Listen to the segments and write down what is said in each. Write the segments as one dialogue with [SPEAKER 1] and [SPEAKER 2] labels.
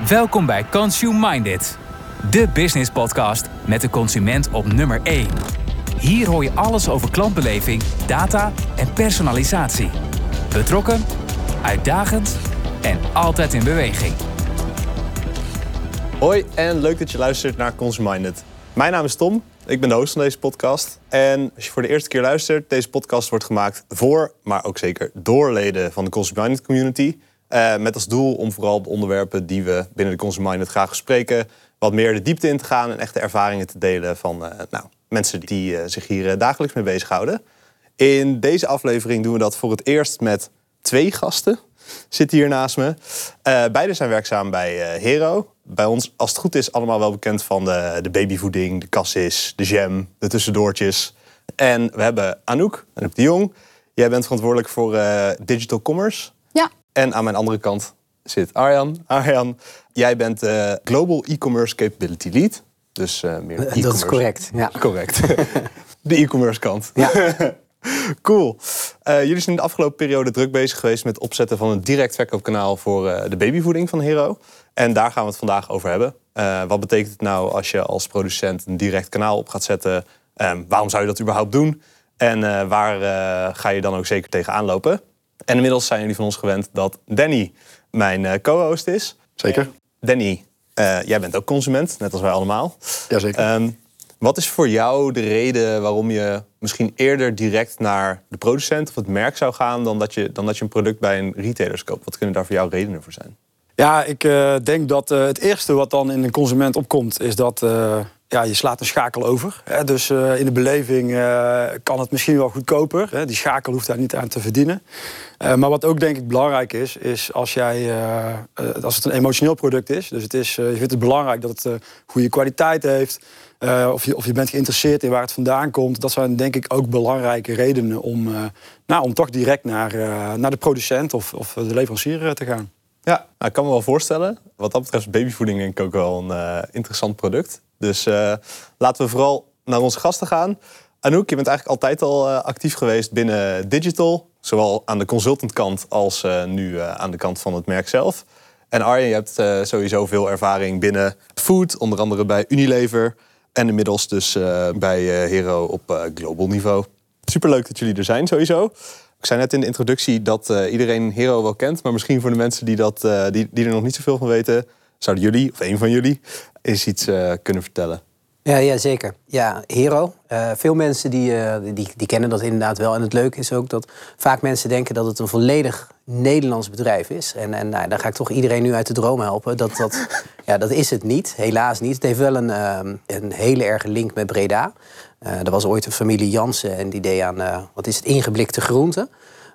[SPEAKER 1] Welkom bij Consume Minded, de business podcast met de consument op nummer 1. Hier hoor je alles over klantbeleving, data en personalisatie. Betrokken, uitdagend en altijd in beweging.
[SPEAKER 2] Hoi en leuk dat je luistert naar Consume Minded. Mijn naam is Tom, ik ben de host van deze podcast. En als je voor de eerste keer luistert, deze podcast wordt gemaakt voor, maar ook zeker door leden van de Consume Minded community. Met als doel om vooral de onderwerpen die we binnen de Consume Minded graag bespreken, wat meer de diepte in te gaan en echte ervaringen te delen van mensen die zich hier dagelijks mee bezighouden. In deze aflevering doen we dat voor het eerst met 2 gasten. Zitten hier naast me. Beide zijn werkzaam bij Hero. Bij ons, als het goed is, allemaal wel bekend van de babyvoeding, de cassis, de jam, de tussendoortjes. En we hebben Anouk de Jong. Jij bent verantwoordelijk voor digital commerce.
[SPEAKER 3] Ja.
[SPEAKER 2] En aan mijn andere kant zit Arjan. Arjan, jij bent Global E-commerce Capability Lead. Dus meer e-commerce.
[SPEAKER 3] Dat is correct, ja.
[SPEAKER 2] Correct. De e-commerce kant.
[SPEAKER 3] Ja.
[SPEAKER 2] Cool. Jullie zijn in de afgelopen periode druk bezig geweest met het opzetten van een direct verkoopkanaal voor de babyvoeding van Hero. En daar gaan we het vandaag over hebben. Wat betekent het nou als je als producent een direct kanaal op gaat zetten? Waarom zou je dat überhaupt doen? En waar ga je dan ook zeker tegenaan lopen? En inmiddels zijn jullie van ons gewend dat Danny mijn co-host is.
[SPEAKER 4] Zeker.
[SPEAKER 2] Danny, jij bent ook consument, net als wij allemaal.
[SPEAKER 4] Jazeker.
[SPEAKER 2] Wat is voor jou de reden waarom je misschien eerder direct naar de producent of het merk zou gaan dan dat je een product bij een retailer koopt? Wat kunnen daar voor jou redenen voor zijn?
[SPEAKER 4] Ja, ik denk dat het eerste wat dan in een consument opkomt is dat je slaat een schakel over. Hè? Dus in de beleving kan het misschien wel goedkoper. Hè? Die schakel hoeft daar niet aan te verdienen. Maar wat ook denk ik belangrijk is als het een emotioneel product is. Dus je vindt het belangrijk dat het goede kwaliteit heeft. Of je bent geïnteresseerd in waar het vandaan komt. Dat zijn denk ik ook belangrijke redenen om toch direct naar de producent of de leverancier te gaan.
[SPEAKER 2] Ja, nou, ik kan me wel voorstellen. Wat dat betreft is babyvoeding denk ik ook wel een interessant product. Dus laten we vooral naar onze gasten gaan. Anouk, je bent eigenlijk altijd al actief geweest binnen digital. Zowel aan de consultantkant als nu aan de kant van het merk zelf. En Arjen, je hebt sowieso veel ervaring binnen food. Onder andere bij Unilever. En inmiddels dus bij Hero op global niveau. Superleuk dat jullie er zijn sowieso. Ik zei net in de introductie dat iedereen Hero wel kent. Maar misschien voor de mensen die er nog niet zoveel van weten, zouden jullie of een van jullie eens iets kunnen vertellen?
[SPEAKER 3] Ja, zeker. Ja, Hero. Veel mensen die kennen dat inderdaad wel. En het leuke is ook dat vaak mensen denken dat het een volledig Nederlands bedrijf is. En daar ga ik toch iedereen nu uit de droom helpen. Dat is het niet. Helaas niet. Het heeft wel een hele erge link met Breda. Er was ooit een familie Jansen en die deed aan ingeblikte groenten.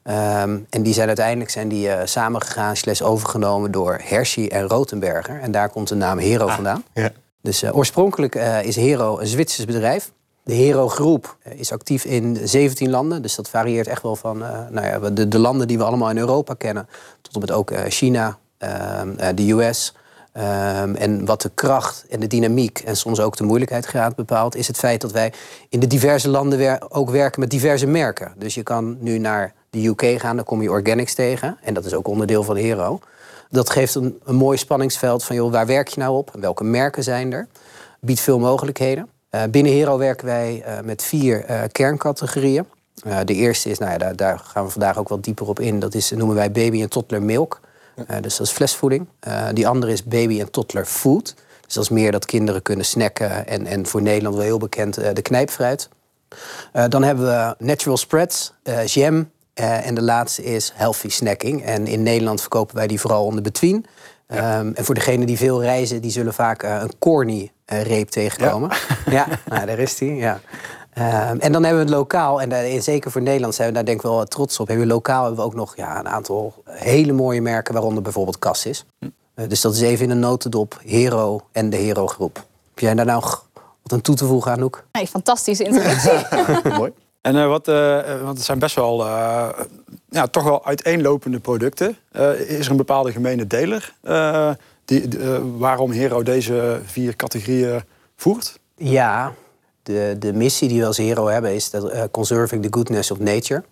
[SPEAKER 3] En die zijn uiteindelijk samengegaan, overgenomen door Hershey en Rotenberger. En daar komt de naam Hero vandaan.
[SPEAKER 2] Ja.
[SPEAKER 3] Dus oorspronkelijk is Hero een Zwitsers bedrijf. De Hero Groep is actief in 17 landen. Dus dat varieert echt wel van de landen die we allemaal in Europa kennen. Tot en met ook China, de US. En wat de kracht en de dynamiek en soms ook de moeilijkheidsgraad bepaalt, is het feit dat wij in de diverse landen ook werken met diverse merken. Dus je kan nu naar de UK gaan, dan kom je Organics tegen. En dat is ook onderdeel van Hero. Dat geeft een mooi spanningsveld van, joh, waar werk je nou op? Welke merken zijn er? Biedt veel mogelijkheden. Binnen Hero werken wij met 4 kerncategorieën. De eerste is, daar gaan we vandaag ook wat dieper op in. Dat noemen wij baby en toddler milk. Dus dat is flesvoeding. Die andere is baby en toddler food. Dus dat is meer dat kinderen kunnen snacken. En voor Nederland wel heel bekend de knijpfruit. Dan hebben we natural spreads, jam. En de laatste is healthy snacking. En in Nederland verkopen wij die vooral onder Between. En voor degenen die veel reizen, die zullen vaak een corny reep tegenkomen. Ja, daar is die. Ja. En dan hebben we het lokaal. En zeker voor Nederland zijn we daar denk ik wel trots op. Lokaal hebben we ook nog een aantal hele mooie merken, waaronder bijvoorbeeld Cassis. Dus dat is even in een notendop Hero en de Hero Groep. Heb jij daar nou wat aan toe te voegen, Anouk?
[SPEAKER 5] Nee, fantastische introductie.
[SPEAKER 2] Mooi.
[SPEAKER 4] En want het zijn best wel toch wel uiteenlopende producten. Is er een bepaalde gemene deler waarom Hero deze 4 categorieën voert?
[SPEAKER 3] Ja, de missie die we als Hero hebben is conserving the goodness of nature.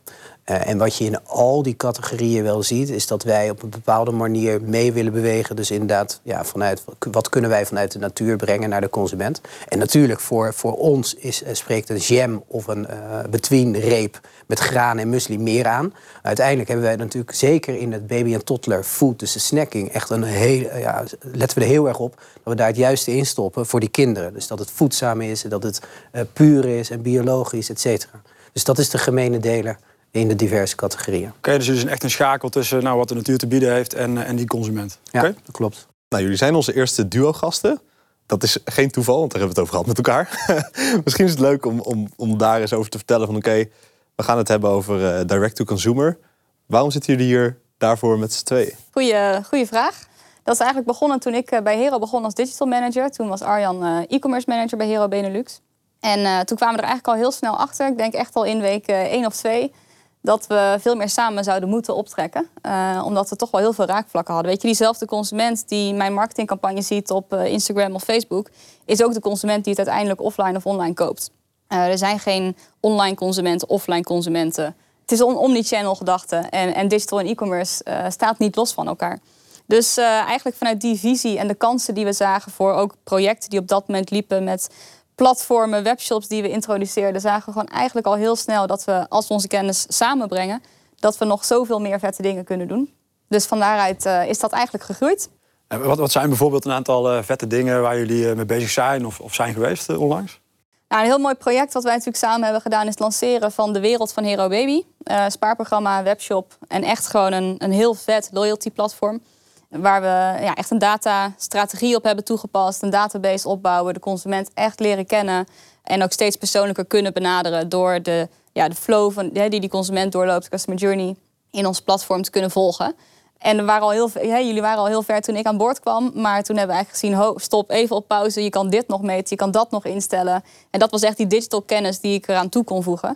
[SPEAKER 3] En wat je in al die categorieën wel ziet, is dat wij op een bepaalde manier mee willen bewegen. Dus inderdaad, vanuit wat kunnen wij vanuit de natuur brengen naar de consument. En natuurlijk, voor ons spreekt een jam of een between-reep met graan en muesli meer aan. Uiteindelijk hebben wij natuurlijk zeker in het baby- en toddler food, dus de snacking, echt letten we er heel erg op dat we daar het juiste in stoppen voor die kinderen. Dus dat het voedzaam is, dat het puur is en biologisch, et cetera. Dus dat is de gemene deler in de diverse categorieën.
[SPEAKER 4] Oké, dus er is echt een schakel tussen wat de natuur te bieden heeft en die consument.
[SPEAKER 3] Ja,
[SPEAKER 4] Okay?
[SPEAKER 3] dat klopt.
[SPEAKER 2] Nou, jullie zijn onze eerste duo-gasten. Dat is geen toeval, want daar hebben we het over gehad met elkaar. Misschien is het leuk om daar eens over te vertellen van oké, we gaan het hebben over direct-to-consumer. Waarom zitten jullie hier daarvoor met z'n tweeën?
[SPEAKER 5] Goeie vraag. Dat is eigenlijk begonnen toen ik bij Hero begon als digital manager. Toen was Arjan e-commerce manager bij Hero Benelux. En toen kwamen we er eigenlijk al heel snel achter, ik denk echt al in week 1 of 2... dat we veel meer samen zouden moeten optrekken. Omdat we toch wel heel veel raakvlakken hadden. Weet je, diezelfde consument die mijn marketingcampagne ziet op Instagram of Facebook, is ook de consument die het uiteindelijk offline of online koopt. Er zijn geen online consumenten, offline consumenten. Het is een omnichannel gedachte. En digital en e-commerce staat niet los van elkaar. Dus eigenlijk vanuit die visie en de kansen die we zagen voor ook projecten die op dat moment liepen met platformen, webshops die we introduceerden, zagen we gewoon eigenlijk al heel snel dat we, als we onze kennis samenbrengen, dat we nog zoveel meer vette dingen kunnen doen. Dus van daaruit is dat eigenlijk gegroeid.
[SPEAKER 4] En wat zijn bijvoorbeeld een aantal vette dingen waar jullie mee bezig zijn of zijn geweest onlangs?
[SPEAKER 5] Nou, een heel mooi project wat wij natuurlijk samen hebben gedaan is het lanceren van de wereld van Hero Baby. Spaarprogramma, webshop en echt gewoon een heel vet loyalty platform. Waar we echt een datastrategie op hebben toegepast, een database opbouwen, de consument echt leren kennen en ook steeds persoonlijker kunnen benaderen door de flow van, die consument doorloopt, de customer journey, in ons platform te kunnen volgen. En jullie waren al heel ver toen ik aan boord kwam, maar toen hebben we eigenlijk gezien, stop, even op pauze, je kan dit nog meten, je kan dat nog instellen. En dat was echt die digital kennis die ik eraan toe kon voegen.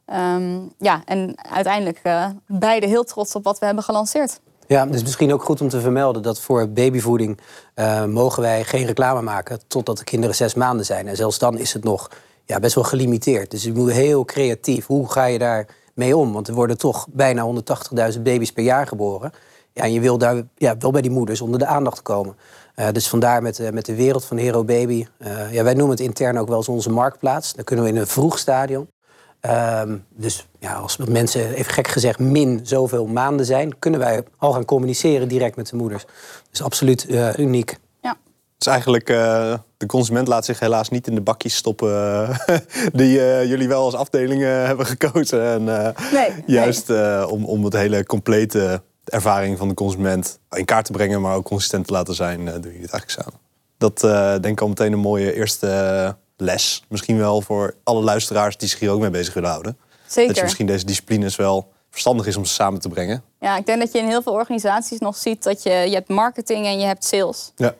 [SPEAKER 5] En uiteindelijk beide heel trots op wat we hebben gelanceerd.
[SPEAKER 3] Ja, het is misschien ook goed om te vermelden dat voor babyvoeding mogen wij geen reclame maken totdat de kinderen 6 maanden zijn. En zelfs dan is het nog best wel gelimiteerd. Dus je moet heel creatief. Hoe ga je daar mee om? Want er worden toch bijna 180.000 baby's per jaar geboren. Ja, en je wil daar wel bij die moeders onder de aandacht komen. Dus vandaar met de wereld van Hero Baby. Wij noemen het intern ook wel eens onze marktplaats. Dan kunnen we in een vroeg stadium. Dus als mensen, even gek gezegd, min zoveel maanden zijn, kunnen wij al gaan communiceren direct met de moeders. Dus absoluut uniek.
[SPEAKER 5] Ja.
[SPEAKER 2] Dus eigenlijk, de consument laat zich helaas niet in de bakjes stoppen die jullie wel als afdeling hebben gekozen. En, juist om het hele complete ervaring van de consument in kaart te brengen, maar ook consistent te laten zijn, doen jullie het eigenlijk samen. Dat denk ik al meteen een mooie eerste les. Misschien wel voor alle luisteraars die zich hier ook mee bezig willen houden.
[SPEAKER 5] Zeker.
[SPEAKER 2] Dat je misschien deze disciplines wel verstandig is om ze samen te brengen.
[SPEAKER 5] Ja, ik denk dat je in heel veel organisaties nog ziet dat je hebt marketing en je hebt sales.
[SPEAKER 2] Ja.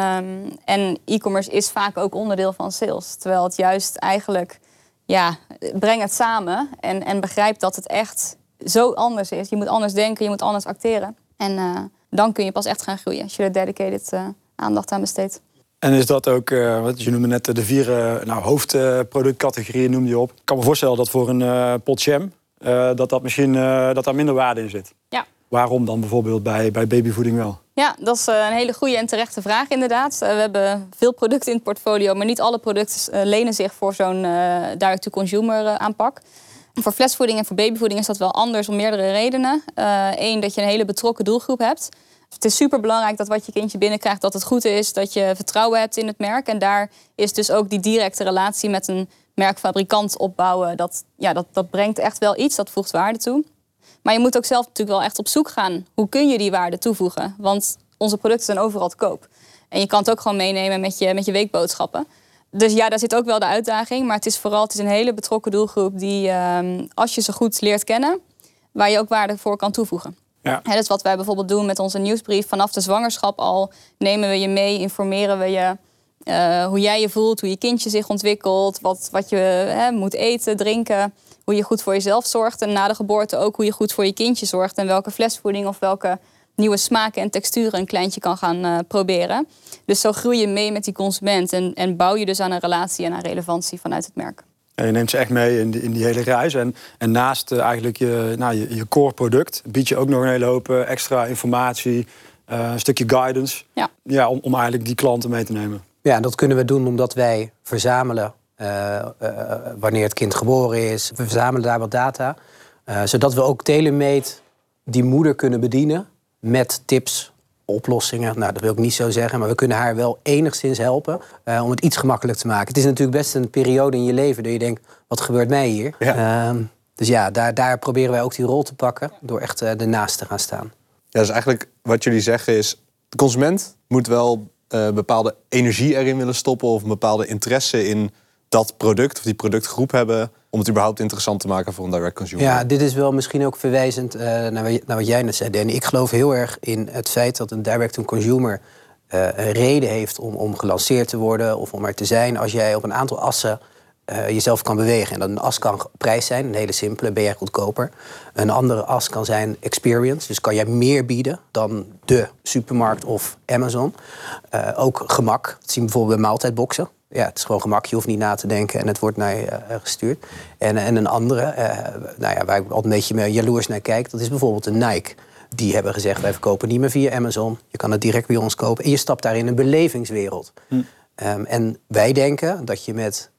[SPEAKER 5] En e-commerce is vaak ook onderdeel van sales. Terwijl het juist eigenlijk, breng het samen en begrijp dat het echt zo anders is. Je moet anders denken, je moet anders acteren. En dan kun je pas echt gaan groeien als je er dedicated aandacht aan besteedt.
[SPEAKER 4] En is dat ook, je noemde net de 4 hoofdproductcategorieën noemde je op. Ik kan me voorstellen dat voor een pot jam, dat misschien dat daar minder waarde in zit.
[SPEAKER 5] Ja.
[SPEAKER 4] Waarom dan bijvoorbeeld bij babyvoeding wel?
[SPEAKER 5] Ja, dat is een hele goede en terechte vraag inderdaad. We hebben veel producten in het portfolio, maar niet alle producten lenen zich voor zo'n direct-to-consumer aanpak. Voor flesvoeding en voor babyvoeding is dat wel anders om meerdere redenen. Eén, dat je een hele betrokken doelgroep hebt. Het is superbelangrijk dat wat je kindje binnenkrijgt, dat het goed is, dat je vertrouwen hebt in het merk. En daar is dus ook die directe relatie met een merkfabrikant opbouwen. Dat brengt echt wel iets, dat voegt waarde toe. Maar je moet ook zelf natuurlijk wel echt op zoek gaan. Hoe kun je die waarde toevoegen? Want onze producten zijn overal te koop. En je kan het ook gewoon meenemen met je weekboodschappen. Dus daar zit ook wel de uitdaging. Maar het is een hele betrokken doelgroep die, als je ze goed leert kennen, waar je ook waarde voor kan toevoegen. Ja. Dat is wat wij bijvoorbeeld doen met onze nieuwsbrief. Vanaf de zwangerschap al nemen we je mee, informeren we je hoe jij je voelt, hoe je kindje zich ontwikkelt, wat je moet eten, drinken, hoe je goed voor jezelf zorgt. En na de geboorte ook hoe je goed voor je kindje zorgt en welke flesvoeding of welke nieuwe smaken en texturen een kleintje kan gaan proberen. Dus zo groei je mee met die consument en bouw je dus aan een relatie en aan relevantie vanuit het merk.
[SPEAKER 4] Je neemt ze echt mee in die hele reis. En naast eigenlijk je core product bied je ook nog een hele hoop extra informatie, een stukje guidance. Om eigenlijk die klanten mee te nemen.
[SPEAKER 3] Ja, en dat kunnen we doen omdat wij verzamelen wanneer het kind geboren is. We verzamelen daar wat data. Zodat we ook telemeet die moeder kunnen bedienen met tips, oplossingen. Nou, dat wil ik niet zo zeggen, maar we kunnen haar wel enigszins helpen om het iets gemakkelijk te maken. Het is natuurlijk best een periode in je leven dat je denkt, wat gebeurt mij hier? Ja. Dus ja, daar proberen wij ook die rol te pakken door echt ernaast te gaan staan.
[SPEAKER 2] Ja, dus eigenlijk wat jullie zeggen is, de consument moet wel bepaalde energie erin willen stoppen of een bepaalde interesse in dat product of die productgroep hebben om het überhaupt interessant te maken voor een direct consumer.
[SPEAKER 3] Ja, dit is wel misschien ook verwijzend naar wat jij net zei, Danny. Ik geloof heel erg in het feit dat een direct-to-consumer een reden heeft om gelanceerd te worden of om er te zijn als jij op een aantal assen jezelf kan bewegen. En dat een as kan prijs zijn, een hele simpele, ben jij goedkoper. Een andere as kan zijn experience, dus kan jij meer bieden dan de supermarkt of Amazon. Ook gemak, dat zien we bijvoorbeeld bij maaltijdboxen. Ja, het is gewoon gemak, je hoeft niet na te denken en het wordt naar je gestuurd. En een andere, waar ik altijd een beetje jaloers naar kijk, dat is bijvoorbeeld een Nike. Die hebben gezegd, wij verkopen niet meer via Amazon. Je kan het direct bij ons kopen en je stapt daar in een belevingswereld. En wij denken dat je met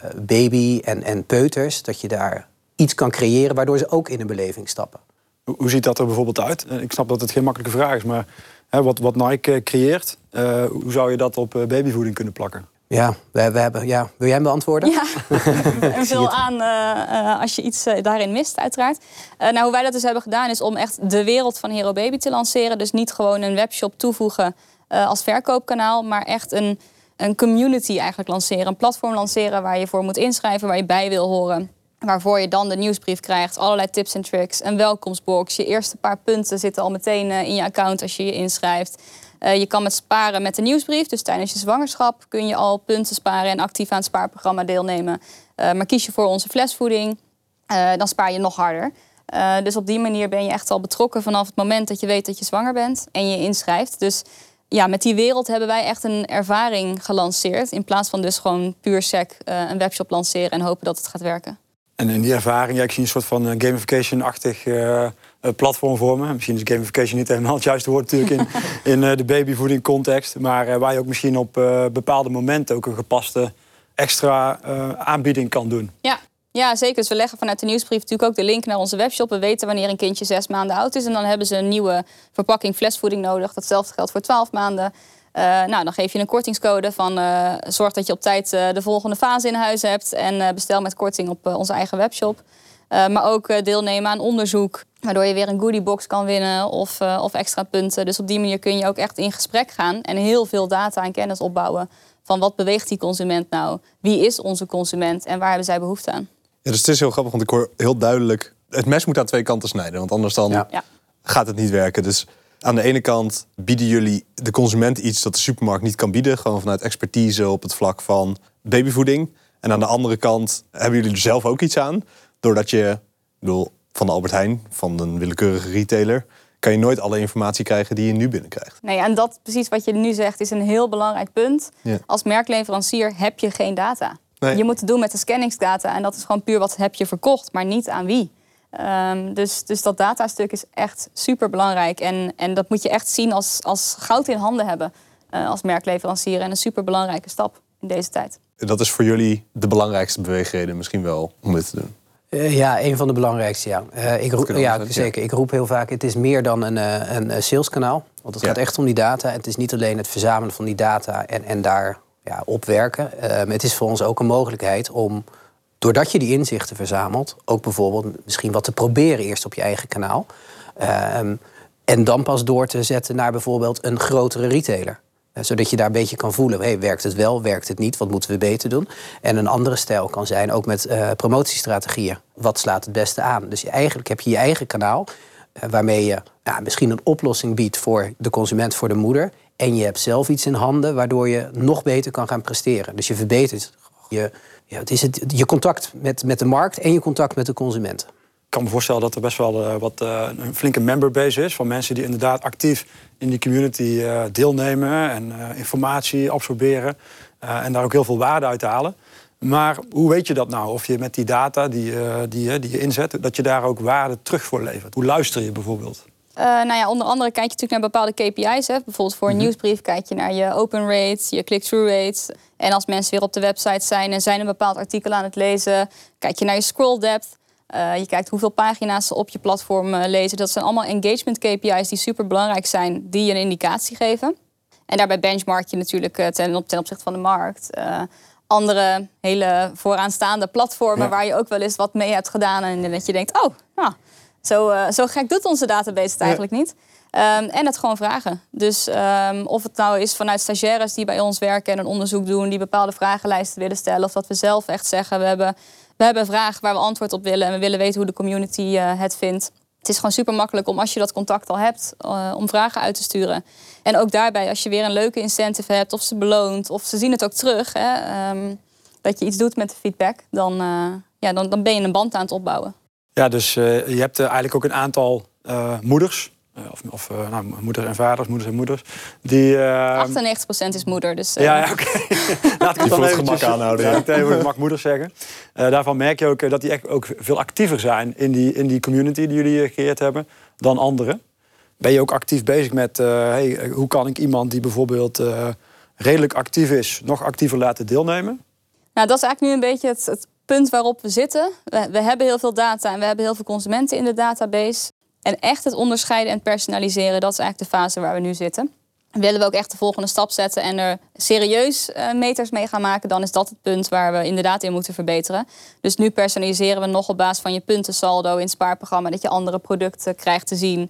[SPEAKER 3] baby en peuters, dat je daar iets kan creëren waardoor ze ook in een beleving stappen.
[SPEAKER 4] Hoe ziet dat er bijvoorbeeld uit? Ik snap dat het geen makkelijke vraag is, maar wat Nike creëert, hoe zou je dat op babyvoeding kunnen plakken?
[SPEAKER 3] Ja, we hebben, wil jij hem beantwoorden?
[SPEAKER 5] Ja, er veel aan als je iets daarin mist, uiteraard. Hoe wij dat dus hebben gedaan is om echt de wereld van Hero Baby te lanceren. Dus niet gewoon een webshop toevoegen als verkoopkanaal, maar echt een community eigenlijk lanceren. Een platform lanceren waar je voor moet inschrijven, waar je bij wil horen. Waarvoor je dan de nieuwsbrief krijgt, allerlei tips en tricks, een welkomstbox. Je eerste paar punten zitten al meteen in je account als je je inschrijft. Je kan met sparen met de nieuwsbrief. Dus tijdens je zwangerschap kun je al punten sparen en actief aan het spaarprogramma deelnemen. Maar kies je voor onze flesvoeding, dan spaar je nog harder. Dus op die manier ben je echt al betrokken vanaf het moment dat je weet dat je zwanger bent en je inschrijft. Dus ja, met die wereld hebben wij echt een ervaring gelanceerd. In plaats van dus gewoon puur sec een webshop lanceren en hopen dat het gaat werken. En
[SPEAKER 4] in die ervaring, ik zie een soort van gamification-achtig platform vormen. Misschien is gamification niet helemaal het juiste woord natuurlijk in de babyvoeding context. Maar waar je ook misschien op bepaalde momenten ook een gepaste extra aanbieding kan doen.
[SPEAKER 5] Ja, zeker. Dus we leggen vanuit de nieuwsbrief natuurlijk ook de link naar onze webshop. We weten wanneer een kindje 6 maanden oud is. En dan hebben ze een nieuwe verpakking flesvoeding nodig. Datzelfde geldt voor 12 maanden. Dan geef je een kortingscode van zorg dat je op tijd de volgende fase in huis hebt. En bestel met korting op onze eigen webshop. Maar ook deelnemen aan onderzoek. Waardoor je weer een goodiebox kan winnen of extra punten. Dus op die manier kun je ook echt in gesprek gaan. En heel veel data en kennis opbouwen. Van wat beweegt die consument nou? Wie is onze consument? En waar hebben zij behoefte aan?
[SPEAKER 2] Ja, dus het is heel grappig, want ik hoor heel duidelijk, het mes moet aan twee kanten snijden. Want anders dan gaat het niet werken. Dus aan de ene kant bieden jullie de consument iets dat de supermarkt niet kan bieden. Gewoon vanuit expertise op het vlak van babyvoeding. En aan de andere kant hebben jullie er zelf ook iets aan. Doordat je, van de Albert Heijn, van een willekeurige retailer, kan je nooit alle informatie krijgen die je nu binnenkrijgt.
[SPEAKER 5] Nee, en dat precies wat je nu zegt is een heel belangrijk punt. Ja. Als merkleverancier heb je geen data. Nee. Je moet het doen met de scanningsdata. En dat is gewoon puur wat heb je verkocht, maar niet aan wie. Dus dat datastuk is echt super belangrijk. En dat moet je echt zien als goud in handen hebben als merkleverancier. En een super belangrijke stap in deze tijd.
[SPEAKER 2] Dat is voor jullie de belangrijkste beweegreden misschien wel om dit te doen?
[SPEAKER 3] Ja, een van de belangrijkste, ja. Zeker. Ik roep heel vaak, het is meer dan een saleskanaal. Want het gaat echt om die data. Het is niet alleen het verzamelen van die data en daar opwerken. Het is voor ons ook een mogelijkheid om, doordat je die inzichten verzamelt, ook bijvoorbeeld misschien wat te proberen eerst op je eigen kanaal. En dan pas door te zetten naar bijvoorbeeld een grotere retailer. Zodat je daar een beetje kan voelen, werkt het wel, werkt het niet, wat moeten we beter doen? En een andere stijl kan zijn, ook met promotiestrategieën. Wat slaat het beste aan? Dus eigenlijk heb je je eigen kanaal, waarmee je misschien een oplossing biedt voor de consument, voor de moeder. En je hebt zelf iets in handen waardoor je nog beter kan gaan presteren. Dus je verbetert je contact met de markt en je contact met de consument.
[SPEAKER 4] Ik kan me voorstellen dat er best wel een flinke memberbase is van mensen die inderdaad actief in die community deelnemen en informatie absorberen en daar ook heel veel waarde uit halen. Maar hoe weet je dat nou? Of je met die data die je inzet, dat je daar ook waarde terug voor levert? Hoe luister je bijvoorbeeld?
[SPEAKER 5] Onder andere kijk je natuurlijk naar bepaalde KPI's. Hè. Bijvoorbeeld voor een nieuwsbrief kijk je naar je open rates, je click-through rates. En als mensen weer op de website zijn en zijn een bepaald artikel aan het lezen, kijk je naar je scroll depth. Je kijkt hoeveel pagina's ze op je platform lezen. Dat zijn allemaal engagement KPI's die super belangrijk zijn, die je een indicatie geven. En daarbij benchmark je natuurlijk ten opzichte van de markt. Andere hele vooraanstaande platformen waar je ook wel eens wat mee hebt gedaan. En dat je denkt, zo gek doet onze database het eigenlijk niet. En het gewoon vragen. Dus of het nou is vanuit stagiaires die bij ons werken en een onderzoek doen, die bepaalde vragenlijsten willen stellen. Of dat we zelf echt zeggen, we hebben een vraag waar we antwoord op willen. En we willen weten hoe de community het vindt. Het is gewoon super makkelijk om, als je dat contact al hebt, om vragen uit te sturen. En ook daarbij, als je weer een leuke incentive hebt, of ze beloont, of ze zien het ook terug, dat je iets doet met de feedback, dan ben je een band aan het opbouwen. Ja, dus
[SPEAKER 4] je hebt eigenlijk ook een aantal moeders. Moeders en vaders, moeders en moeders. Die,
[SPEAKER 5] 98% is moeder. Dus,
[SPEAKER 4] oké. Laat ik het dan even
[SPEAKER 2] gemak aanhouden.
[SPEAKER 4] Ja, ik mag moeders zeggen. Daarvan merk je ook dat die echt ook veel actiever zijn in die community die jullie gecreëerd hebben dan anderen. Ben je ook actief bezig met hoe kan ik iemand die bijvoorbeeld redelijk actief is, nog actiever laten deelnemen?
[SPEAKER 5] Nou, dat is eigenlijk nu een beetje het punt waarop we zitten. We hebben heel veel data en we hebben heel veel consumenten in de database. En echt het onderscheiden en personaliseren, dat is eigenlijk de fase waar we nu zitten. Willen we ook echt de volgende stap zetten en er serieus meters mee gaan maken, dan is dat het punt waar we inderdaad in moeten verbeteren. Dus nu personaliseren we nog op basis van je puntensaldo in het spaarprogramma, dat je andere producten krijgt te zien.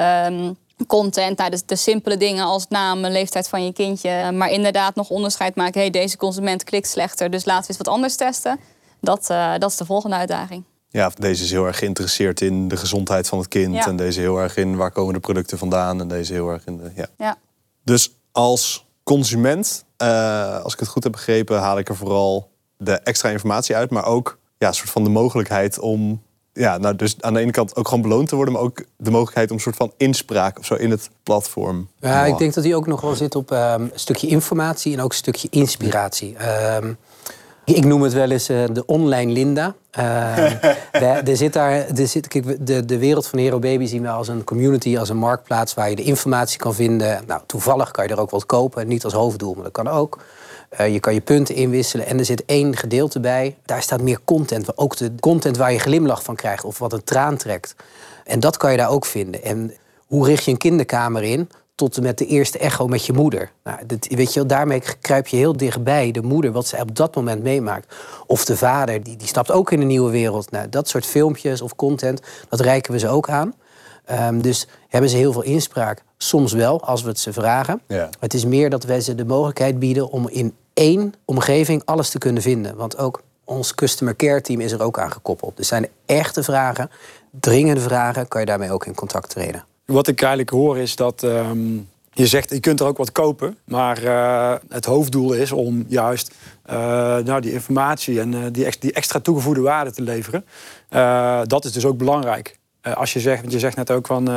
[SPEAKER 5] Content, dus de simpele dingen als naam, leeftijd van je kindje. Maar inderdaad nog onderscheid maken. Deze consument klikt slechter, dus laten we eens wat anders testen. Dat is de volgende uitdaging.
[SPEAKER 2] Ja, deze is heel erg geïnteresseerd in de gezondheid van het kind. Ja. En deze heel erg in waar komen de producten vandaan. En deze heel erg in de... Ja. Dus als consument, als ik het goed heb begrepen, haal ik er vooral de extra informatie uit. Maar ook een soort van de mogelijkheid om... dus aan de ene kant ook gewoon beloond te worden, maar ook de mogelijkheid om een soort van inspraak of zo in het platform.
[SPEAKER 3] Ja, ik denk dat die ook nog wel zit op een stukje informatie en ook een stukje inspiratie. Ik noem het wel eens de online Linda. De wereld van Hero Baby zien we als een community, als een marktplaats waar je de informatie kan vinden. Nou, toevallig kan je er ook wat kopen, niet als hoofddoel, maar dat kan ook. Je kan je punten inwisselen en er zit 1 gedeelte bij. Daar staat meer content, ook de content waar je glimlach van krijgt of wat een traan trekt. En dat kan je daar ook vinden. En hoe richt je een kinderkamer in? Tot en met de eerste echo met je moeder. Nou, daarmee kruip je heel dichtbij de moeder, wat zij op dat moment meemaakt. Of de vader, die stapt ook in een nieuwe wereld. Nou, dat soort filmpjes of content, dat reiken we ze ook aan. Dus hebben ze heel veel inspraak. Soms wel, als we het ze vragen. Ja. Het is meer dat wij ze de mogelijkheid bieden om in 1 omgeving alles te kunnen vinden. Want ook ons customer care team is er ook aan gekoppeld. Dus zijn er echte vragen, dringende vragen, kan je daarmee ook in contact treden.
[SPEAKER 4] Wat ik eigenlijk hoor is dat je zegt, je kunt er ook wat kopen. Maar het hoofddoel is om juist die informatie en die extra toegevoegde waarde te leveren. Dat is dus ook belangrijk. Als je zegt, want je zegt net ook van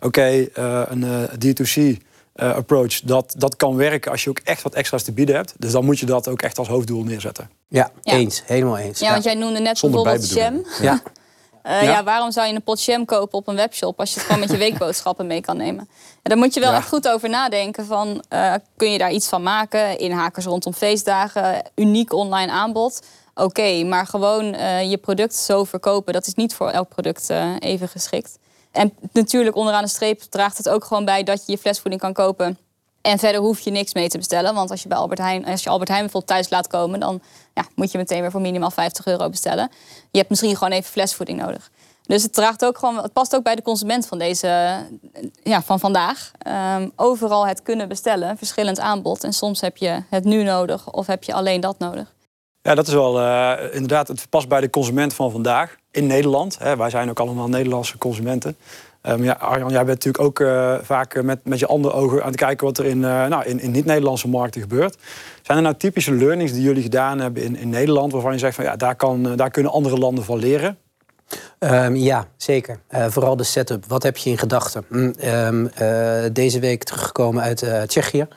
[SPEAKER 4] een D2C approach, dat kan werken als je ook echt wat extra's te bieden hebt. Dus dan moet je dat ook echt als hoofddoel neerzetten.
[SPEAKER 3] Ja, eens. Helemaal eens.
[SPEAKER 5] Ja, want jij noemde net
[SPEAKER 2] zonder
[SPEAKER 5] bijvoorbeeld jam.
[SPEAKER 3] Ja.
[SPEAKER 5] Waarom zou je een pot jam kopen op een webshop als je het gewoon met je weekboodschappen mee kan nemen? En daar moet je wel echt goed over nadenken van, kun je daar iets van maken? Inhakers rondom feestdagen, uniek online aanbod. Oké, maar gewoon je product zo verkopen, dat is niet voor elk product even geschikt. En natuurlijk onderaan de streep draagt het ook gewoon bij dat je je flesvoeding kan kopen. En verder hoef je niks mee te bestellen. Want als je Albert Heijn bijvoorbeeld thuis laat komen, dan moet je meteen weer voor minimaal €50 bestellen. Je hebt misschien gewoon even flesvoeding nodig. Dus het past ook bij de consument van van vandaag. Overal het kunnen bestellen, verschillend aanbod. En soms heb je het nu nodig of heb je alleen dat nodig.
[SPEAKER 4] Ja, dat is wel inderdaad, het past bij de consument van vandaag in Nederland. Wij zijn ook allemaal Nederlandse consumenten. Arjan, jij bent natuurlijk ook vaak met je andere ogen aan het kijken wat er in niet-Nederlandse markten gebeurt. Zijn er nou typische learnings die jullie gedaan hebben in Nederland, waarvan je zegt van daar kunnen andere landen van leren?
[SPEAKER 3] Ja, zeker. Vooral de setup. Wat heb je in gedachten? Deze week teruggekomen uit Tsjechië.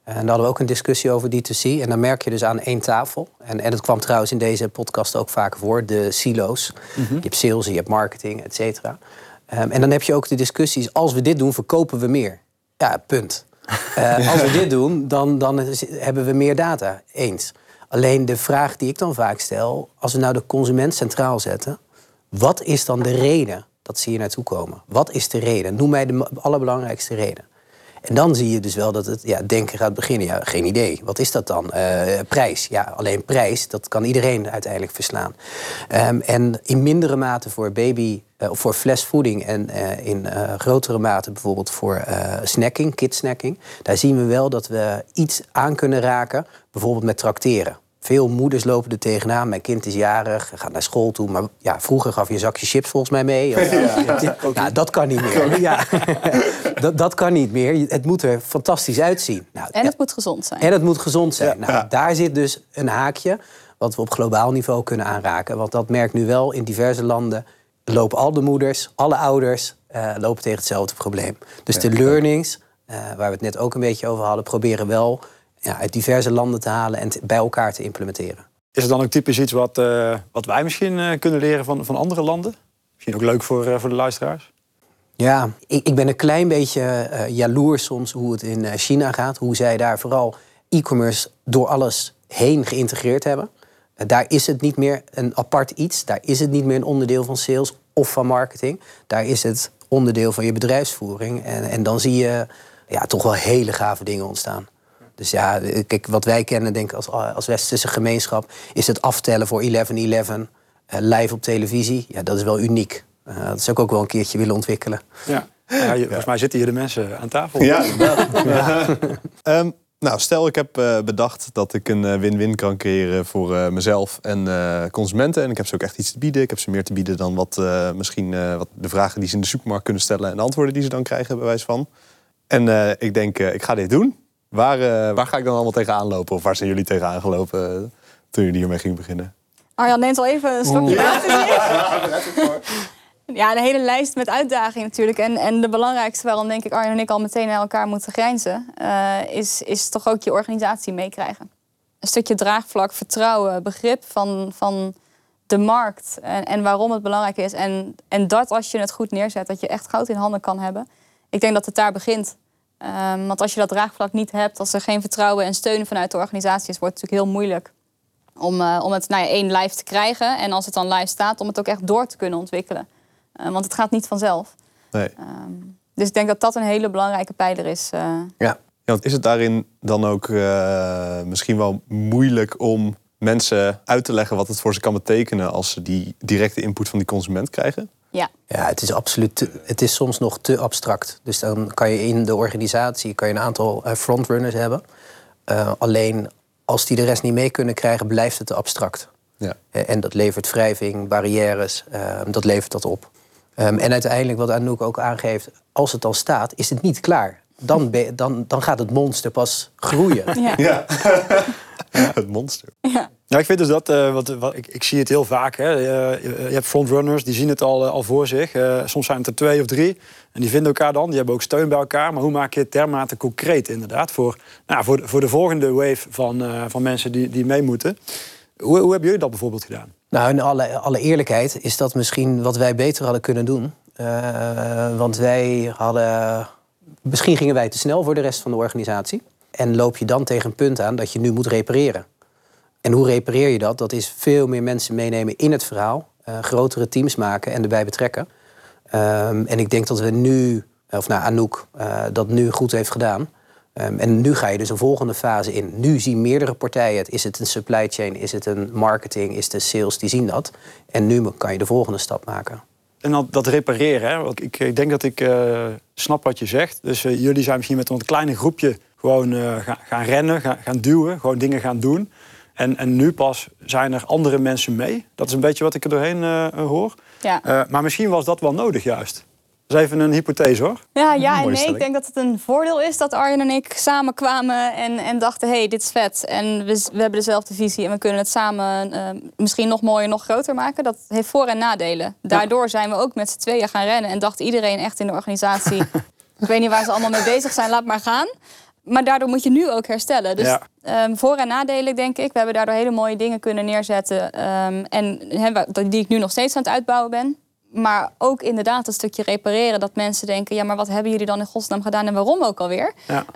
[SPEAKER 3] En daar hadden we ook een discussie over D2C. En dan merk je dus aan één tafel. En dat kwam trouwens in deze podcast ook vaak voor. De silo's. Je hebt sales, je hebt marketing, et cetera. En dan heb je ook de discussies. Als we dit doen, verkopen we meer. Ja, punt. Als we dit doen, dan hebben we meer data. Eens. Alleen de vraag die ik dan vaak stel. Als we nou de consument centraal zetten. Wat is dan de reden dat ze hier naartoe komen? Wat is de reden? Noem mij de allerbelangrijkste reden. En dan zie je dus wel dat het denken gaat beginnen. Ja, geen idee. Wat is dat dan? Prijs. Ja, alleen prijs, dat kan iedereen uiteindelijk verslaan. En in mindere mate voor baby, voor flesvoeding en in grotere mate bijvoorbeeld voor snacking, kidsnacking. Daar zien we wel dat we iets aan kunnen raken, bijvoorbeeld met trakteren. Veel moeders lopen er tegenaan. Mijn kind is jarig, gaat naar school toe. Maar ja, vroeger gaf je een zakje chips volgens mij mee. Nou, dat kan niet meer. Ja. dat kan niet meer. Het moet er fantastisch uitzien. Nou,
[SPEAKER 5] en het moet gezond zijn.
[SPEAKER 3] En het moet gezond zijn. Nou, daar zit dus een haakje wat we op globaal niveau kunnen aanraken. Want dat merkt nu wel in diverse landen. Lopen al de moeders, alle ouders lopen tegen hetzelfde probleem. Dus de learnings, waar we het net ook een beetje over hadden, proberen wel uit diverse landen te halen en bij elkaar te implementeren.
[SPEAKER 4] Is het dan ook typisch iets wat wij misschien kunnen leren van andere landen? Misschien ook leuk voor de luisteraars?
[SPEAKER 3] Ja, ik ben een klein beetje jaloers soms hoe het in China gaat. Hoe zij daar vooral e-commerce door alles heen geïntegreerd hebben. Daar is het niet meer een apart iets. Daar is het niet meer een onderdeel van sales of van marketing. Daar is het onderdeel van je bedrijfsvoering. En dan zie je toch wel hele gave dingen ontstaan. Dus ja, kijk, wat wij kennen, denk ik, als westerse gemeenschap, is het aftellen voor 11/11 live op televisie. Ja, dat is wel uniek. Dat zou ik ook wel een keertje willen ontwikkelen.
[SPEAKER 4] Ja. Volgens mij zitten hier de mensen aan tafel.
[SPEAKER 2] Ja. Nou, stel ik heb bedacht dat ik een win-win kan creëren voor mezelf en consumenten. En ik heb ze ook echt iets te bieden. Ik heb ze meer te bieden dan wat wat de vragen die ze in de supermarkt kunnen stellen en de antwoorden die ze dan krijgen, bij wijze van. En ik denk, ik ga dit doen. Waar ga ik dan allemaal tegenaan lopen? Of waar zijn jullie tegenaan gelopen toen jullie hiermee gingen beginnen?
[SPEAKER 5] Arjan neemt al even een slokje water. Ja, een hele lijst met uitdagingen natuurlijk. En de belangrijkste waarom denk ik Arjan en ik al meteen naar elkaar moeten grijnzen, is toch ook je organisatie meekrijgen. Een stukje draagvlak, vertrouwen, begrip van de markt en waarom het belangrijk is. En dat als je het goed neerzet, dat je echt goud in handen kan hebben. Ik denk dat het daar begint. Want als je dat draagvlak niet hebt, als er geen vertrouwen en steun vanuit de organisatie is, wordt het natuurlijk heel moeilijk om het één live te krijgen. En als het dan live staat, om het ook echt door te kunnen ontwikkelen. Want het gaat niet vanzelf.
[SPEAKER 2] Nee.
[SPEAKER 5] Dus ik denk dat dat een hele belangrijke pijler is.
[SPEAKER 2] Ja, want is het daarin dan ook misschien wel moeilijk om mensen uit te leggen wat het voor ze kan betekenen als ze die directe input van die consument krijgen?
[SPEAKER 5] Ja,
[SPEAKER 3] het is absoluut. Het is soms nog te abstract. Dus dan kan je in de organisatie een aantal frontrunners hebben. Alleen als die de rest niet mee kunnen krijgen, blijft het te abstract. Ja. En dat levert wrijving, barrières, dat levert dat op. En uiteindelijk, wat Anouk ook aangeeft, als het al staat, is het niet klaar. Dan gaat het monster pas groeien.
[SPEAKER 5] Ja.
[SPEAKER 2] Het monster.
[SPEAKER 5] Ja.
[SPEAKER 4] Ja, ik vind dus dat, ik zie het heel vaak. Hè. Je hebt frontrunners, die zien het al voor zich. Soms zijn het er 2 of 3. En die vinden elkaar dan, die hebben ook steun bij elkaar. Maar hoe maak je het dermate concreet inderdaad? Voor de volgende wave van mensen die mee moeten. Hoe hebben jullie dat bijvoorbeeld gedaan?
[SPEAKER 3] Nou, in alle eerlijkheid is dat misschien wat wij beter hadden kunnen doen. Want misschien gingen wij te snel voor de rest van de organisatie. En loop je dan tegen een punt aan dat je nu moet repareren. En hoe repareer je dat? Dat is veel meer mensen meenemen in het verhaal. Grotere teams maken en erbij betrekken. En ik denk dat we nu, Anouk, dat nu goed heeft gedaan. En nu ga je dus een volgende fase in. Nu zien meerdere partijen het. Is het een supply chain? Is het een marketing? Is het een sales? Die zien dat. En nu kan je de volgende stap maken.
[SPEAKER 4] En dan dat repareren. Hè? Want ik denk dat ik snap wat je zegt. Dus jullie zijn misschien met een kleine groepje gewoon gaan rennen, gaan duwen. Gewoon dingen gaan doen. En nu pas zijn er andere mensen mee. Dat is een beetje wat ik er doorheen hoor.
[SPEAKER 5] Ja.
[SPEAKER 4] Maar misschien was dat wel nodig juist. Dat is even een hypothese hoor.
[SPEAKER 5] Ja en nee. Ik denk dat het een voordeel is dat Arjan en ik samen kwamen en dachten, hey, dit is vet. En we hebben dezelfde visie en we kunnen het samen misschien nog mooier, nog groter maken. Dat heeft voor- en nadelen. Daardoor zijn we ook met z'n tweeën gaan rennen en dacht iedereen echt in de organisatie, ik weet niet waar ze allemaal mee bezig zijn, laat maar gaan. Maar daardoor moet je nu ook herstellen. Dus voor- en nadelen, denk ik. We hebben daardoor hele mooie dingen kunnen neerzetten. Die ik nu nog steeds aan het uitbouwen ben. Maar ook inderdaad een stukje repareren. Dat mensen denken, ja, maar wat hebben jullie dan in godsnaam gedaan en waarom ook alweer?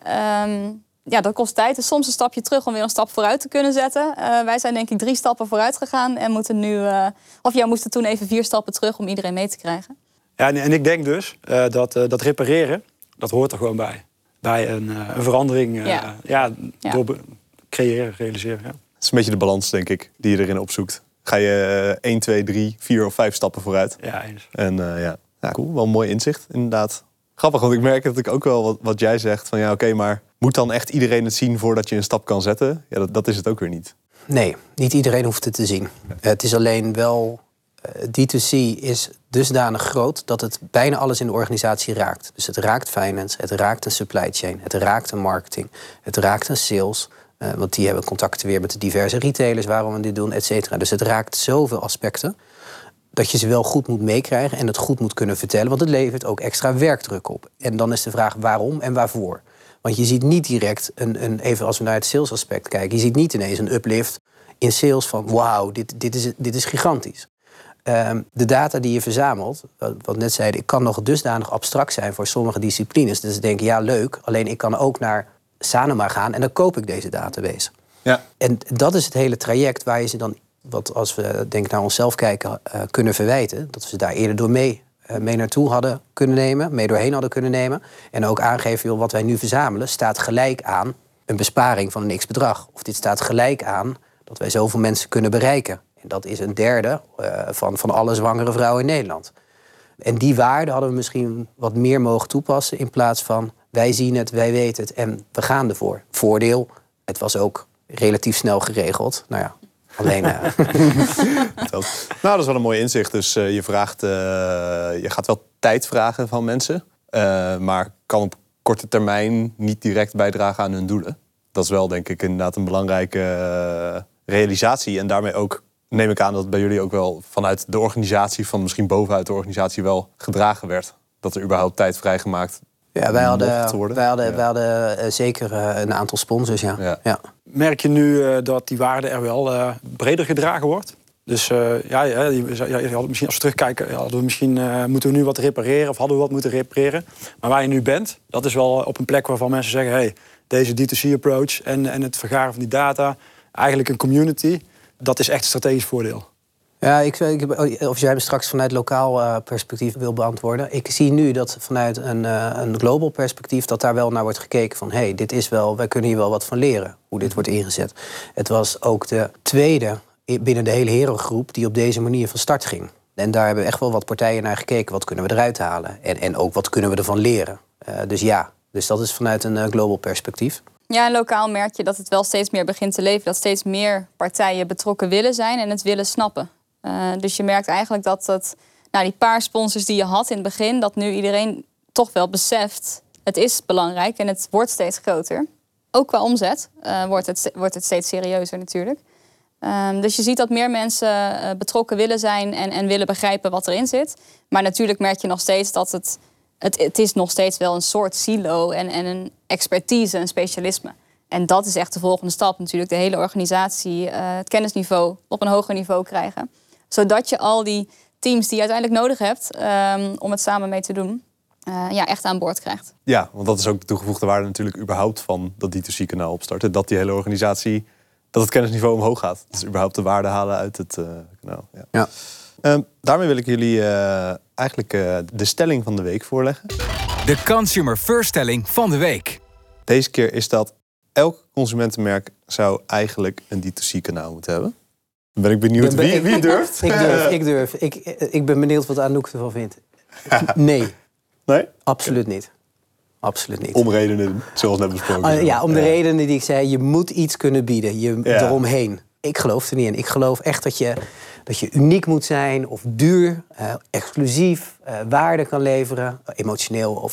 [SPEAKER 5] Ja. Dat kost tijd. Dus soms een stapje terug om weer een stap vooruit te kunnen zetten. Wij zijn denk ik 3 stappen vooruit gegaan. En moeten nu, moesten toen even 4 stappen terug om iedereen mee te krijgen.
[SPEAKER 4] Ja, en ik denk dus dat repareren, dat hoort er gewoon bij. Bij een verandering door creëren, realiseren. Ja.
[SPEAKER 2] Het is een beetje de balans, denk ik, die je erin opzoekt. Ga je 1, 2, 3, 4 of 5 stappen vooruit.
[SPEAKER 4] Ja, eens.
[SPEAKER 2] En cool. Wel een mooi inzicht, inderdaad. Grappig, want ik merk dat ik ook wel wat jij zegt. Van oké, maar moet dan echt iedereen het zien voordat je een stap kan zetten? Ja, dat is het ook weer niet.
[SPEAKER 3] Nee, niet iedereen hoeft het te zien. Het is alleen wel... D2C is dusdanig groot dat het bijna alles in de organisatie raakt. Dus het raakt finance, het raakt een supply chain, het raakt een marketing, het raakt een sales. Want die hebben contacten weer met de diverse retailers waarom we dit doen, et cetera. Dus het raakt zoveel aspecten dat je ze wel goed moet meekrijgen en het goed moet kunnen vertellen. Want het levert ook extra werkdruk op. En dan is de vraag waarom en waarvoor. Want je ziet niet direct, even als we naar het salesaspect kijken, je ziet niet ineens een uplift in sales van wauw, dit is gigantisch. De data die je verzamelt, wat net zeiden, ik kan nog dusdanig abstract zijn voor sommige disciplines. Dus ze denken, ja leuk, alleen ik kan ook naar Sanoma gaan en dan koop ik deze database. Ja. En dat is het hele traject waar je ze dan, wat als we denk naar onszelf kijken, kunnen verwijten. Dat we ze daar eerder door mee naartoe hadden kunnen nemen, mee doorheen hadden kunnen nemen. En ook aangeven, joh, wat wij nu verzamelen staat gelijk aan een besparing van een x-bedrag. Of dit staat gelijk aan dat wij zoveel mensen kunnen bereiken. En dat is een derde van alle zwangere vrouwen in Nederland. En die waarde hadden we misschien wat meer mogen toepassen in plaats van wij zien het, wij weten het en we gaan ervoor. Voordeel, het was ook relatief snel geregeld. Nou ja, alleen...
[SPEAKER 2] Nou, dat is wel een mooi inzicht. Dus je gaat wel tijd vragen van mensen, maar kan op korte termijn niet direct bijdragen aan hun doelen. Dat is wel, denk ik, inderdaad een belangrijke realisatie. En daarmee ook neem ik aan dat bij jullie ook wel vanuit de organisatie, van misschien bovenuit de organisatie wel gedragen werd. Dat er überhaupt tijd vrijgemaakt
[SPEAKER 3] ja, wij hadden zeker een aantal sponsors, ja.
[SPEAKER 4] Merk je nu dat die waarde er wel breder gedragen wordt? Dus je had misschien, als we terugkijken, moeten we nu wat repareren of hadden we wat moeten repareren. Maar waar je nu bent, dat is wel op een plek waarvan mensen zeggen, hey, deze D2C-approach en het vergaren van die data, eigenlijk een community, dat is echt een strategisch voordeel. Ja,
[SPEAKER 3] of jij hem straks vanuit lokaal perspectief wil beantwoorden. Ik zie nu dat vanuit een global perspectief dat daar wel naar wordt gekeken van hey, dit is wel, wij kunnen hier wel wat van leren, hoe dit wordt ingezet. Het was ook de tweede binnen de hele Hero-groep die op deze manier van start ging. En daar hebben echt wel wat partijen naar gekeken. Wat kunnen we eruit halen? En ook wat kunnen we ervan leren? Dus dat is vanuit een global perspectief.
[SPEAKER 5] Ja, en lokaal merk je dat het wel steeds meer begint te leven. Dat steeds meer partijen betrokken willen zijn en het willen snappen. Dus je merkt eigenlijk dat die paar sponsors die je had in het begin, dat nu iedereen toch wel beseft, het is belangrijk en het wordt steeds groter. Ook qua omzet wordt het steeds serieuzer natuurlijk. Dus je ziet dat meer mensen betrokken willen zijn en willen begrijpen wat erin zit. Maar natuurlijk merk je nog steeds dat het is nog steeds wel een soort silo en een expertise, een specialisme. En dat is echt de volgende stap natuurlijk. De hele organisatie, het kennisniveau op een hoger niveau krijgen. Zodat je al die teams die je uiteindelijk nodig hebt om het samen mee te doen, echt aan boord krijgt. Ja,
[SPEAKER 2] want dat is ook de toegevoegde waarde natuurlijk überhaupt van dat D2C-kanaal opstarten. Dat die hele organisatie, dat het kennisniveau omhoog gaat. Dus überhaupt de waarde halen uit het kanaal. Ja. Daarmee wil ik jullie eigenlijk de stelling van de week voorleggen.
[SPEAKER 1] De Consumer First stelling van de week.
[SPEAKER 2] Deze keer is dat elk consumentenmerk zou eigenlijk een D2C-kanaal moeten hebben. Dan ben ik benieuwd wie durft.
[SPEAKER 3] Ik durf. Ik ben benieuwd wat Anouk ervan vindt. Nee.
[SPEAKER 2] Nee?
[SPEAKER 3] Absoluut niet. Absoluut niet.
[SPEAKER 2] Om redenen zoals net besproken.
[SPEAKER 3] Om de redenen die ik zei. Je moet iets kunnen bieden. Eromheen. Ik geloof er niet in. Ik geloof echt dat je uniek moet zijn. Of duur. Exclusief. Waarde kan leveren. Emotioneel.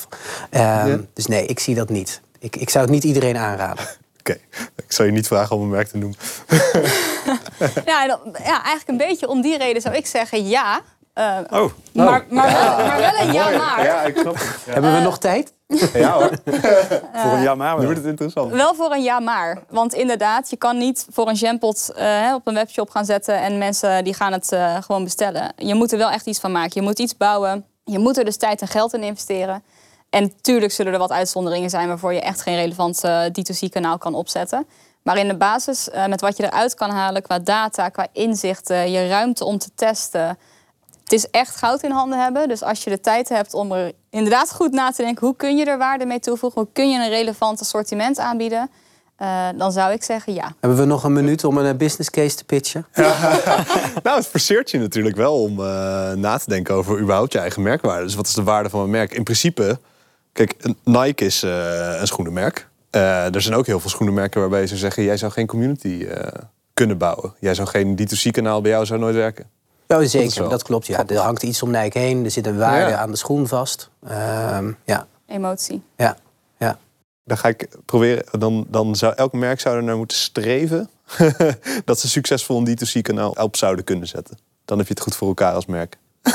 [SPEAKER 3] Dus nee, ik zie dat niet. Ik zou het niet iedereen aanraden.
[SPEAKER 2] Oké. Ik zou je niet vragen om een merk te noemen.
[SPEAKER 5] Eigenlijk een beetje om die reden zou ik zeggen ja. Maar wel een ja maar.
[SPEAKER 2] Ja, ik snap het. Ja.
[SPEAKER 3] Hebben we nog tijd?
[SPEAKER 2] Ja hoor,
[SPEAKER 4] Voor een ja maar.
[SPEAKER 2] nu wordt het interessant.
[SPEAKER 5] Wel voor een ja maar. Want inderdaad, je kan niet voor een jampot op een webshop gaan zetten en mensen die gaan het gewoon bestellen. Je moet er wel echt iets van maken. Je moet iets bouwen. Je moet er dus tijd en geld in investeren. En natuurlijk zullen er wat uitzonderingen zijn waarvoor je echt geen relevant D2C-kanaal kan opzetten. Maar in de basis, met wat je eruit kan halen qua data, qua inzichten, je ruimte om te testen. Het is echt goud in handen hebben. Dus als je de tijd hebt om er inderdaad goed na te denken, hoe kun je er waarde mee toevoegen? Hoe kun je een relevant assortiment aanbieden? Dan zou ik zeggen ja.
[SPEAKER 3] Hebben we nog een minuut om een business case te pitchen?
[SPEAKER 2] Nou, het forceert je natuurlijk wel om na te denken over überhaupt je eigen merkwaarde. Dus wat is de waarde van een merk? In principe, kijk, Nike is een schoenenmerk. Er zijn ook heel veel schoenenmerken waarbij ze zeggen, jij zou geen community kunnen bouwen. Jij zou geen D2C-kanaal bij jou zou nooit werken.
[SPEAKER 3] Ja, zeker. Dat klopt. Ja. Er hangt iets om Nike heen. Er zit een waarde aan de schoen vast. Ja.
[SPEAKER 5] Emotie.
[SPEAKER 3] Ja.
[SPEAKER 2] Dan ga ik proberen, dan zou elk merk er naar moeten streven dat ze succesvol een D2C-kanaal op zouden kunnen zetten. Dan heb je het goed voor elkaar als merk.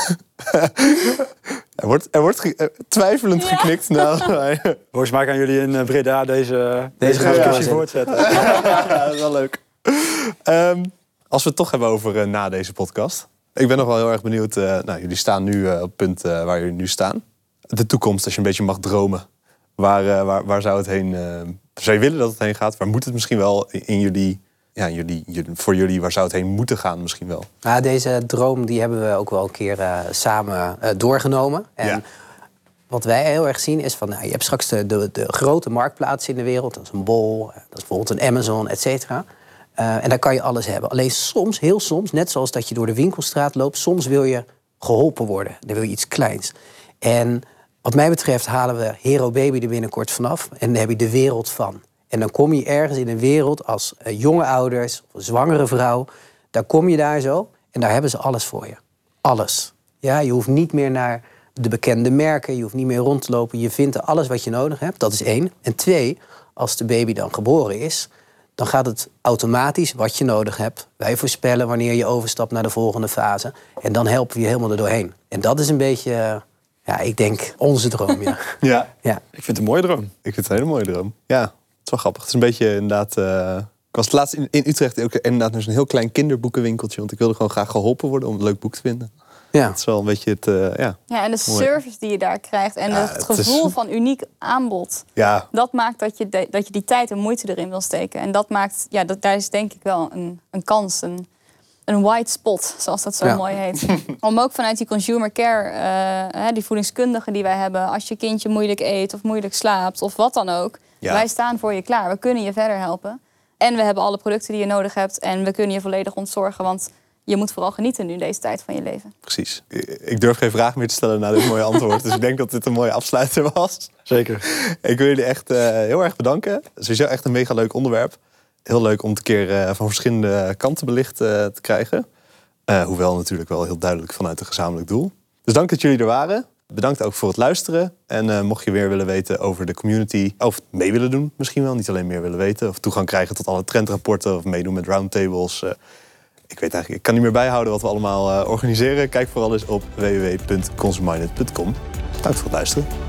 [SPEAKER 2] Er wordt twijfelend geknikt. Nou,
[SPEAKER 4] Volgens mij gaan jullie in Breda deze discussie voortzetten.
[SPEAKER 2] dat is wel leuk. Als we het toch hebben over na deze podcast. Ik ben nog wel heel erg benieuwd. Jullie staan nu op het punt waar jullie nu staan. De toekomst, als je een beetje mag dromen. Waar zou het heen? Zou je willen dat het heen gaat? Waar moet het misschien wel in jullie... Ja, voor jullie, waar zou het heen moeten gaan misschien wel?
[SPEAKER 3] Nou, deze droom die hebben we ook wel een keer samen doorgenomen. En wat wij heel erg zien is van, je hebt straks de grote marktplaatsen in de wereld. Dat is een Bol, dat is bijvoorbeeld een Amazon, et cetera. En daar kan je alles hebben. Alleen soms, heel soms, net zoals dat je door de winkelstraat loopt, soms wil je geholpen worden. Dan wil je iets kleins. En wat mij betreft halen we Hero Baby er binnenkort vanaf. En dan heb je de wereld van. En dan kom je ergens in een wereld als jonge ouders of een zwangere vrouw. Daar kom je daar zo en daar hebben ze alles voor je. Alles. Ja, je hoeft niet meer naar de bekende merken. Je hoeft niet meer rond te lopen. Je vindt er alles wat je nodig hebt. Dat is 1. En 2, als de baby dan geboren is, dan gaat het automatisch wat je nodig hebt. Wij voorspellen wanneer je overstapt naar de volgende fase. En dan helpen we je helemaal er doorheen. En dat is een beetje, ik denk, onze droom. Ja.
[SPEAKER 2] Ja.
[SPEAKER 4] Ik vind het een mooie droom.
[SPEAKER 2] Ik vind het een hele mooie droom. Ja, het is wel grappig. Het is een beetje inderdaad... Ik was laatst in Utrecht ook inderdaad naar zo'n heel klein kinderboekenwinkeltje. Want ik wilde gewoon graag geholpen worden om een leuk boek te vinden. Ja. Dat is wel een beetje het...
[SPEAKER 5] Ja, en de service die je daar krijgt. En het gevoel van uniek aanbod.
[SPEAKER 2] Ja.
[SPEAKER 5] Dat maakt dat je die tijd en moeite erin wil steken. En dat maakt... Ja, daar is denk ik wel een kans. Een white spot, zoals dat zo mooi heet. Om ook vanuit die consumer care, die voedingskundigen die wij hebben, als je kindje moeilijk eet of moeilijk slaapt of wat dan ook. Ja. Wij staan voor je klaar. We kunnen je verder helpen. En we hebben alle producten die je nodig hebt. En we kunnen je volledig ontzorgen. Want je moet vooral genieten nu deze tijd van je leven.
[SPEAKER 2] Precies. Ik durf geen vraag meer te stellen na dit mooie antwoord. Dus ik denk dat dit een mooie afsluiter was.
[SPEAKER 4] Zeker.
[SPEAKER 2] Ik wil jullie echt heel erg bedanken. Sowieso echt een mega leuk onderwerp. Heel leuk om het een keer van verschillende kanten belicht te krijgen. Hoewel natuurlijk wel heel duidelijk vanuit een gezamenlijk doel. Dus dank dat jullie er waren. Bedankt ook voor het luisteren. En mocht je weer willen weten over de community, of mee willen doen misschien wel, niet alleen meer willen weten, of toegang krijgen tot alle trendrapporten of meedoen met roundtables. Ik weet eigenlijk, ik kan niet meer bijhouden wat we allemaal organiseren. Kijk vooral eens op www.consumminded.com. Bedankt voor het luisteren.